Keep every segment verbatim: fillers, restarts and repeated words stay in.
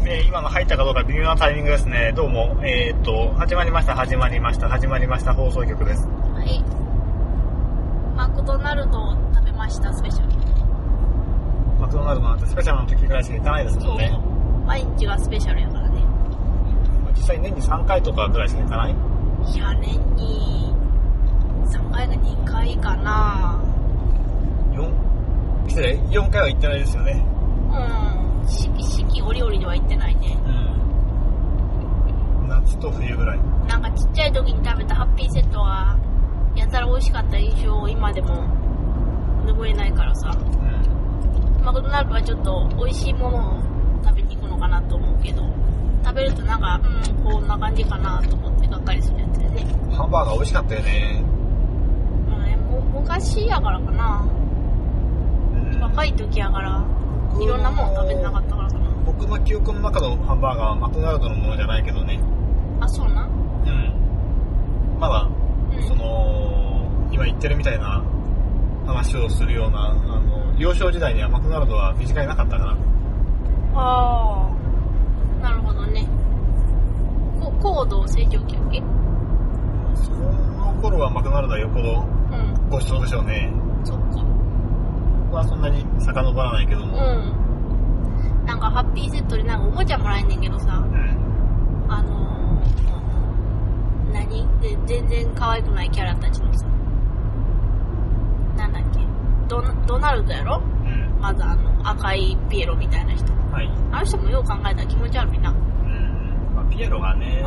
えー、今の入ったかどうか微妙なタイミングですね。どうも、えー、っと、始まりました、始まりました、始まりました、放送局です。 はい。マクドナルドを食べました、スペシャル。 マクドナルドなんてスペシャルの時ぐらいしか行かないですもんね。 そうそう。毎日がスペシャルやからね。 実際年にさんかいとかぐらいしか行かない？ いや、年にさんかいがにかいかな。 よん、失礼、よんかいは行ってないですよね。 うん。四季、四季折々では行ってないね。 うん。夏と冬ぐらい。 なんかちっちゃい時に食べたハッピーセットがやたら美味しかった印象を今でも拭えないからさ。うん。マクドナルドはちょっと美味しいものを食べに行くのかなと思うけど、食べるとなんか、うん、こんな感じかなと思ってがっかりするやつでね。 ハンバーガー美味しかったよね。 まあね、も昔やからかな。うん、若い時やから、いろんなもの食べてなかったからかな。 僕の記憶の中のハンバーガーはマクドナルドのものじゃないけどね。 あ、そうな？ うん。まだ、うん、その、今言ってるみたいな話をするような、あの、幼少時代にはマクドナルドは身近になかったかな。 ああ。なるほどね。こ高度成長期やっけ？ その頃はマクドナルドはよっぽどごちそうでしょうね。 うん、そっか。 僕はそんなに遡らないけども。 うん。なんかハッピーセットでなんかおもちゃもらえんねんけどさ。うん、あのー、何で全然可愛くないキャラたちのさ。なんだっけ？ド、ドナルドやろ？うん。まずあの赤いピエロみたいな人。はい、あの人もよう考えたら気持ち悪いな。うん、 まあ、ピエロがね、うん、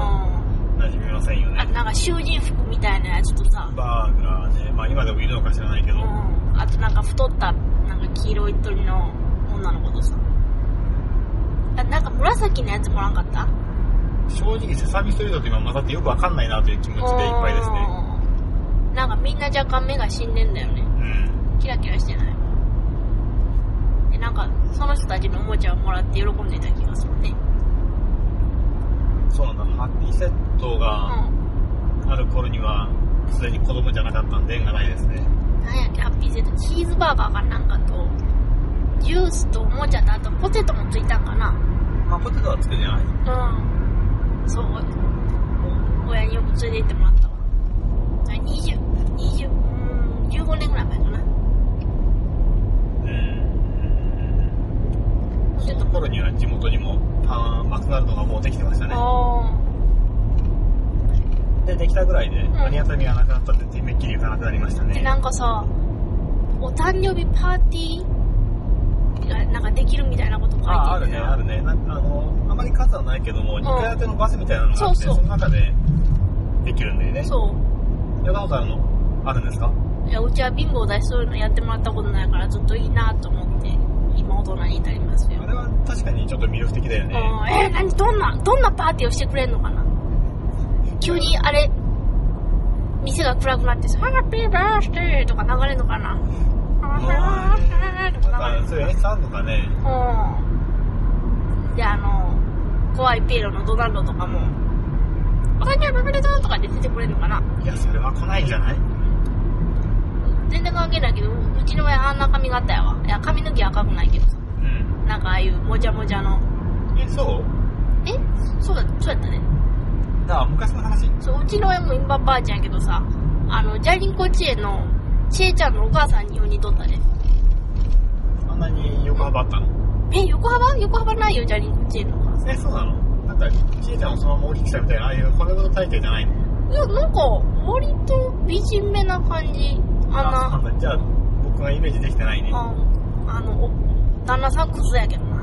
馴染みませんよね。 あとなんか囚人服みたいなやつとさ、 バーガーね、まあ今でもいるのか知らないけど、うん、 あとなんか太ったなんか黄色い鳥の女の子とさ、あ、なんか紫のやつもらんかった？ 正直セサミストリートと今混ざってよくわかんないなという気持ちでいっぱいですね。 なんかみんな若干目が死んでんだよね。うん。キラキラしてない。なんかその人たちのおもちゃをもらって喜んでいた気がするね。 そうなんだ。ハッピーセットがある頃にはすでに子供じゃなかったんで縁がないですね。 なんやっけ、ハッピーセット、チーズバーガーかなんかとジュースとおもちゃとあとポテトもついたんかな。 まあポテトはつくじゃない。うん。 そう。親によく連れて行ってもらったわ。にじゅう、にじゅう、うん、じゅうごねんぐらい前かな。 その頃には地元にもパンマクドナルドがもうできてましたね。で、できたぐらいで、うん、間に合ったみがなくなったってめっきり行かなくなりましたね。 で、なんかさ、お誕生日パーティーがなんかできるみたいなこと書いてる。 あ、あるね、あるね。なんかあの、あまり数はないけども、にかい建てのバスみたいなのがあって、そうそう、その中でできるんだよね。そう。やったことあるのあるんですか？ いや、うちは貧乏だし、そういうのやってもらったことないから、ずっといいなと思って。今大人に至りますよ。 あれは確かにちょっと魅力的だよね。 えー、何どんなどんなパーティーをしてくれんのかな。急にあれ店が暗くなってさ、ハッピーバースデーとか流れんのかな。ハッピーバースデーとか流れんのかな。 そういう演出あんのかね。 うん。で、あの怖いピエロのドナルドとかも、お誕生日おめでとうとかで出てくれるのかな。 いや、それは来ないんじゃない？ 全然関係ないけど、うちの親あんな髪型やわ。いや、髪の毛赤くないけどさ。うん。なんかああいうもじゃもじゃの。 え、そうえそうだ、そうやったね。 だから昔の話。 そう、うちの親もインバばあちゃんやけどさ、あの、ジャリンコチエの、チエちゃんのお母さんによう似とったね。 あんなに横幅あったの？ え、横幅横幅ないよ、ジャリンコチエのお母さん。 え、そうなの？なんか、チエちゃんをそのまま大きくしたみたいな、ああいう骨太体型じゃないの？ いや、なんか、割と美人めな感じ。あんな。 あ、じゃあ、僕がイメージできてないね。 あ, あの、旦那さんクズやけどな。うん。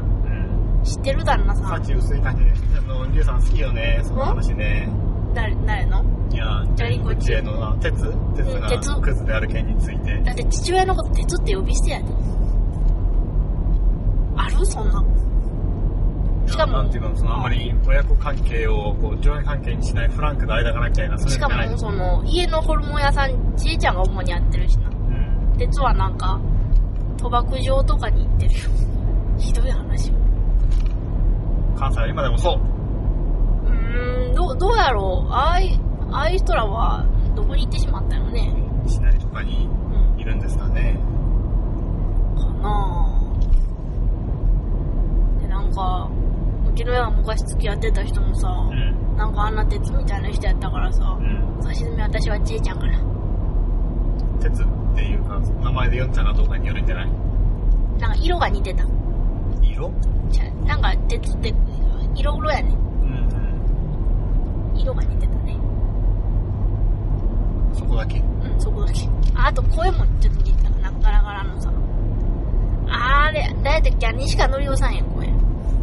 知ってる旦那さん。 幸薄い感じで。あの、リュウさん好きよね、その話ね。 誰、誰の？ いや、ジャリンコチエの鉄鉄がクズである件について。 だって父親のこと鉄って呼び捨てやで。あるそんな。 しかも、なんていうの、そのあんまり親子関係をこう上下関係にしないフランクな間柄みたいな、 しかもその家のホルモン屋さん、ちえちゃんが主にやってるしな。うん。鉄はなんか賭博場とかに行ってるよ。ひどい話。 関西は今でもそう。 うーん、どどうやろう。ああいああいう人らはどこに行ってしまったのね。 西成とかにいるんですかね。うん、 かなぁ。でなんか。 うちの親が昔付き合ってた人もさ、うん、なんかあんな鉄みたいな人やったからさ、うん、さしずみ私はちえちゃんかな。 鉄っていうか名前で呼んだらどうかによるんじゃない？ なんか色が似てた。 色？ なんか鉄って色黒やね、うんうん、色が似てたね。 そこだけ？ うん、そこだけ。あ、あと声もちょっと似てた。なんかガラガラのさ、あれ誰だっけ、西川のりおさんや声。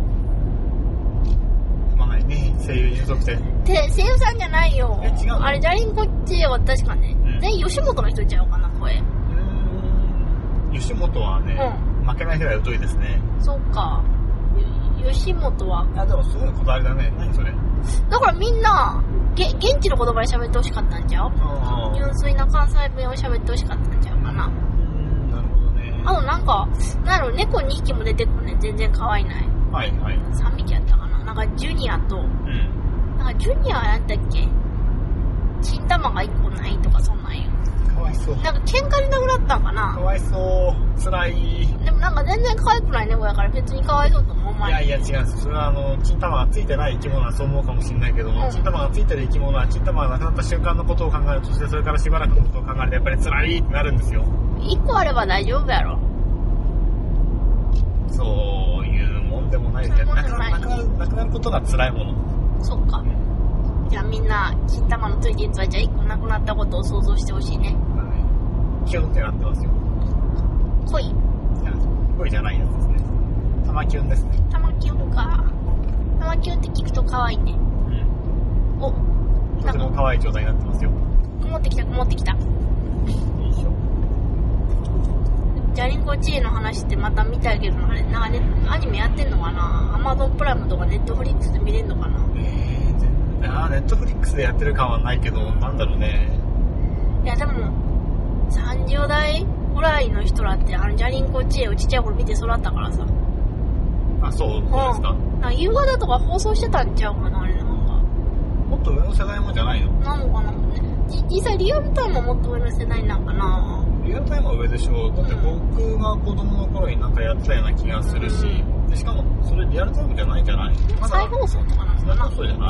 まあね、声優に属してで声優さんじゃないよ。 え、違うの？ あれジャリンコっちは確かね、うん、で吉本の人ちゃうかな声。うーん、吉本はね、うん、負けないぐらい疎いですね。 そっか、吉本は。 あ、でもすごいこだわりだね。何それ。 だからみんなげ現地の言葉で喋ってほしかったんちゃう？純粋な関西弁を喋ってほしかったんちゃうかな。うん、 なるほどね。 あとなんかなんやろ、猫にひきも出てくるね。全然可愛いない。 はいはい。 さんびきやったかな。なんかジュニアと、うん、なんかジュニアやったっけ、チン玉がいっこないとかそんなんよ。 かわいそう。 なんか喧嘩でなくなったんかな。 かわいそう。辛い。 でもなんか全然可愛くない猫やから別にかわいそうとも思わない。 いやいや違うんです。それはあのチン玉がついてない生き物はそう思うかもしれないけども、うん、チン玉がついてる生き物はチン玉がなくなった瞬間のことを考えると、そしてそれからしばらくのことを考えるとやっぱり辛いってなるんですよ。 いっこあれば大丈夫やろ。 そういうもんでもないですね。なくなる、なくなることが辛いもの。 そっか。じゃあみんなチン玉のついてるやつはじゃあいっこなくなったことを想像してほしいね。 まあね、キュンってなってますよ。 恋？いや、恋じゃないやつですね。玉キュンですね。 玉キュンか。玉キュンって聞くと可愛いね。うん。お、 とても可愛い状態になってますよ。 曇ってきた、曇ってきた。いいでしょ。ジャリンコ知恵の話ってまた見たいけど、あれなんかね、アニメやってんのかな。アマゾンプライムとかネットフリックスで見れんのかな。 えー、全然、あー、ネットフリックスでやってる感はないけど、なんだろうね。 いやでもさんじゅう代ぐらいの人らってあのジャリンコ知恵をちっちゃい頃見て育ったからさ。 あ、そう、そうですか。 うん、夕方とか放送してたんちゃうかな、あれなんか。 もっと上の世代もじゃないの？ なのかな。実際リアルタイムはもっと上の世代なんかな。 リアルタイムは上でしょう。だって僕が子供の頃になんかやってたような気がするし、うん、でしかもそれリアルタイムじゃないんじゃない？ま、 再放送とかなんかな。 再放送じゃない？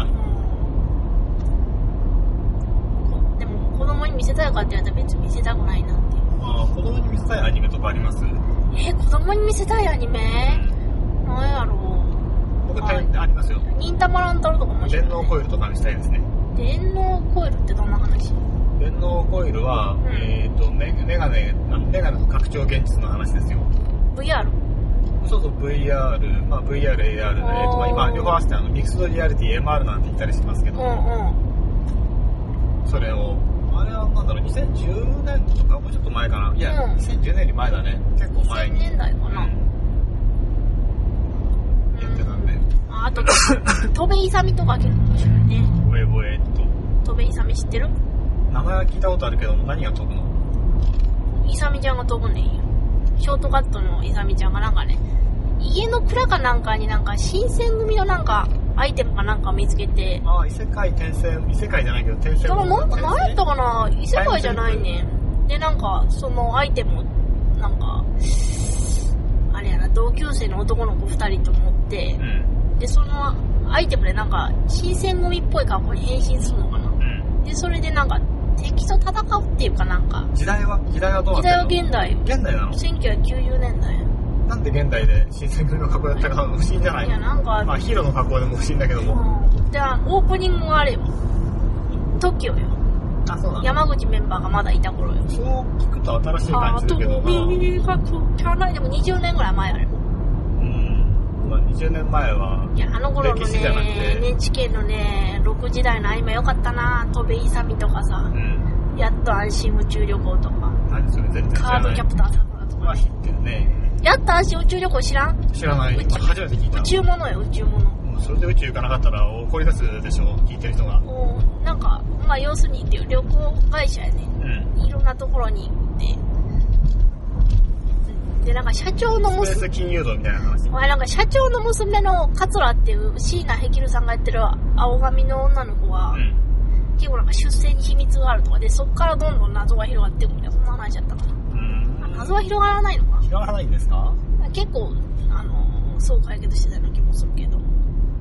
うん、でも子供に見せたいかって言われたら別に見せたくないなって。 ああ、子供に見せたいアニメとかあります？ え、子供に見せたいアニメ？なんやろう。 僕、ありますよ。 忍たま乱太郎とかもしれない。 電脳コイルとかにしたいですね。 電脳コイルってどんな話？ 電脳コイルは、うん、えっと、メガネ、メガネの拡張現実の話ですよ。 ブイアール？ そうそう、ブイアール、まあ ブイアール、エーアール、えーとまあ、今、両方合わせてあのミックスドリアリティ、エムアール なんて言ったりしますけど、うんうん、それを、あれはなんだろう、にせんじゅうねんとか、もうちょっと前かな。いや、うん、にせんじゅうねんより前だね。結構前に。 にせんねんだいかな。うん、 やってたんで。あ, あと、戸部勇とか結構面白いね。 ボエボエっと。 戸部勇知ってる？ 名前は聞いたことあるけど、何が飛ぶの？ 勇ちゃんが飛ぶねんよ。ショートカットの勇ちゃんがなんかね、家の蔵かなんかになんか新選組のなんかアイテムかなんか見つけて。 ああ、異世界転生、異世界じゃないけど転生。 だからなんか何やったかな、異世界じゃないねん。で、なんかそのアイテムをなんか、あれやな、同級生の男の子ふたりと持って、うん、で、そのアイテムでなんか新選組っぽい格好に変身するのかな。うん、で、それでなんか敵と戦うっていうかなんか。 時代は時代はどうなってるの？ 時代は現代。 現代なの？ せんきゅうひゃくきゅうじゅうねんだい。 なんで現代で新選組の格好やったか不思議じゃない？ いや、なんか。 まあヒーローの格好でも不思議だけども。 うん、で、オープニングがあれよ。トキオよ。 あ、そうなの？ 山口メンバーがまだいた頃よ。 そう聞くと新しい感じするけどな。あと、 右がキャラでもにじゅうねんぐらい前あれも。 うん。まあにじゅうねんまえは。 いや、あの頃のね、エヌエイチケー のね、ろくじだいのアニメよかったな。戸部勇とかさ。うん。やっと安心宇宙旅行とか。 何それ全然知らない。 カードキャプターさくらとか。 まあ知ってるね。 やっと安心宇宙旅行知らん？ 知らない。初めて聞いた。 宇宙ものよ、宇宙もの。 それで宇宙行かなかったら怒り出すでしょ、聞いてる人が。 おなんか、まあ要するにっていう旅行会社やね。うん。いろんなところに行って。で、なんか社長の娘。 スペース金融道みたいな話。 お前なんか社長の娘の桂っていう椎名ヘキルさんがやってる青髪の女の子が、うん、結構なんか出生に秘密があるとかで、そっからどんどん謎が広がっていくみたいな、そんな話だったかな。うん。謎は広がらないのか？ 広がらないんですか？ 結構、あの、そう解決してたような気もするけど。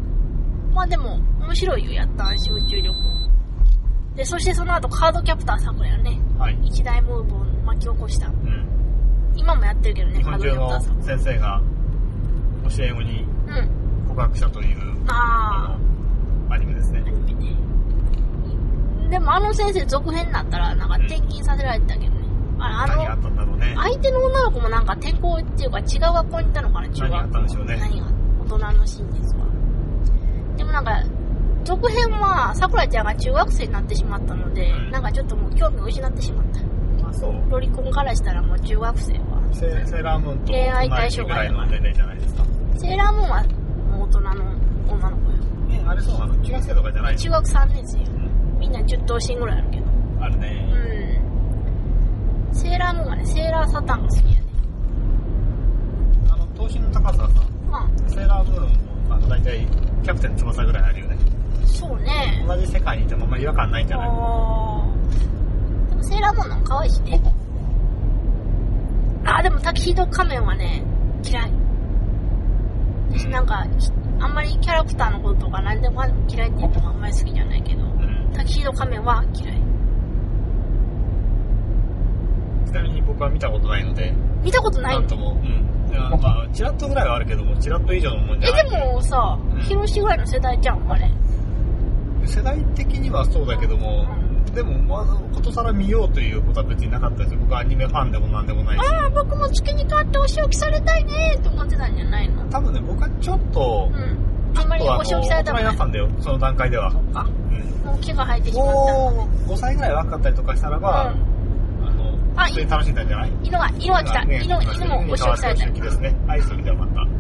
まあでも面白いよ、やったん集中旅行で。そしてその後カードキャプターさくらよね、はい、一大ムーブを巻き起こした、うん、今もやってるけどね。 日本中の先生が教え子に告白したという、うん、あのアニメですね。アニメね。 でもあの先生続編になったらなんか転勤させられてたけどね、うん、あの何があったんだろうね。 相手の女の子もなんか転校っていうか違う学校に行ったのかな。中学校。 何があったんでしょうね。 何が大人の真実は。でもなんか続編はさくらちゃんが中学生になってしまったので、うん、なんかちょっともう興味を失ってしまった。 あ、そう。 ロリコンからしたらもう中学生はセーラームーンと恋愛対象ぐらいの年齢じゃないですか。 セーラームーンはもう大人の女の子よ。 え、あれそうなの？中学生とかじゃないの？ 中学さんねん生よ、うん、みんなじゅっ頭身ぐらいあるけど。 あるね。 うん。セーラームーンはね、セーラーサタンが好きやね。 あの頭身の高さはさ、うん、セーラームーンもあの大体キャプテン翼ぐらいあるよね。 そうね。 同じ世界にいてもあんまり違和感ないんじゃない？あー、でもセーラームーンの可愛いしね。あ、でもタキシード仮面はね嫌い。私なんかあんまりキャラクターのこととか何でも嫌いって言うのもあんまり好きじゃないけど、うん、タキシード仮面は嫌い。 ちなみに僕は見たことないので。 見たことないの？ なんとも、うん。いや、まあチラッとぐらいはあるけども、チラッと以上のもんじゃない。 え、でもさ、うん、ヒロシぐらいの世代じゃんあれ。 世代的にはそうだけども、うん、でもまあことさら見ようということは別になかったですよ。僕はアニメファンでもなんでもないし。 ああ、僕も月に変わってお仕置きされたいねって思ってたんじゃないの？ 多分ね、僕はちょっと、うん、 あんまりお仕置きされたくない。大人になったんだよ、その段階では。そっか。うん、 もう毛が生えてしまった。 もうごさいぐらい若かったりとかしたらば、うん、あの普通に楽しんだんじゃない？ 犬が、犬が来た。犬、犬もお仕置きされた。 お仕置きですね。はい、それではまた。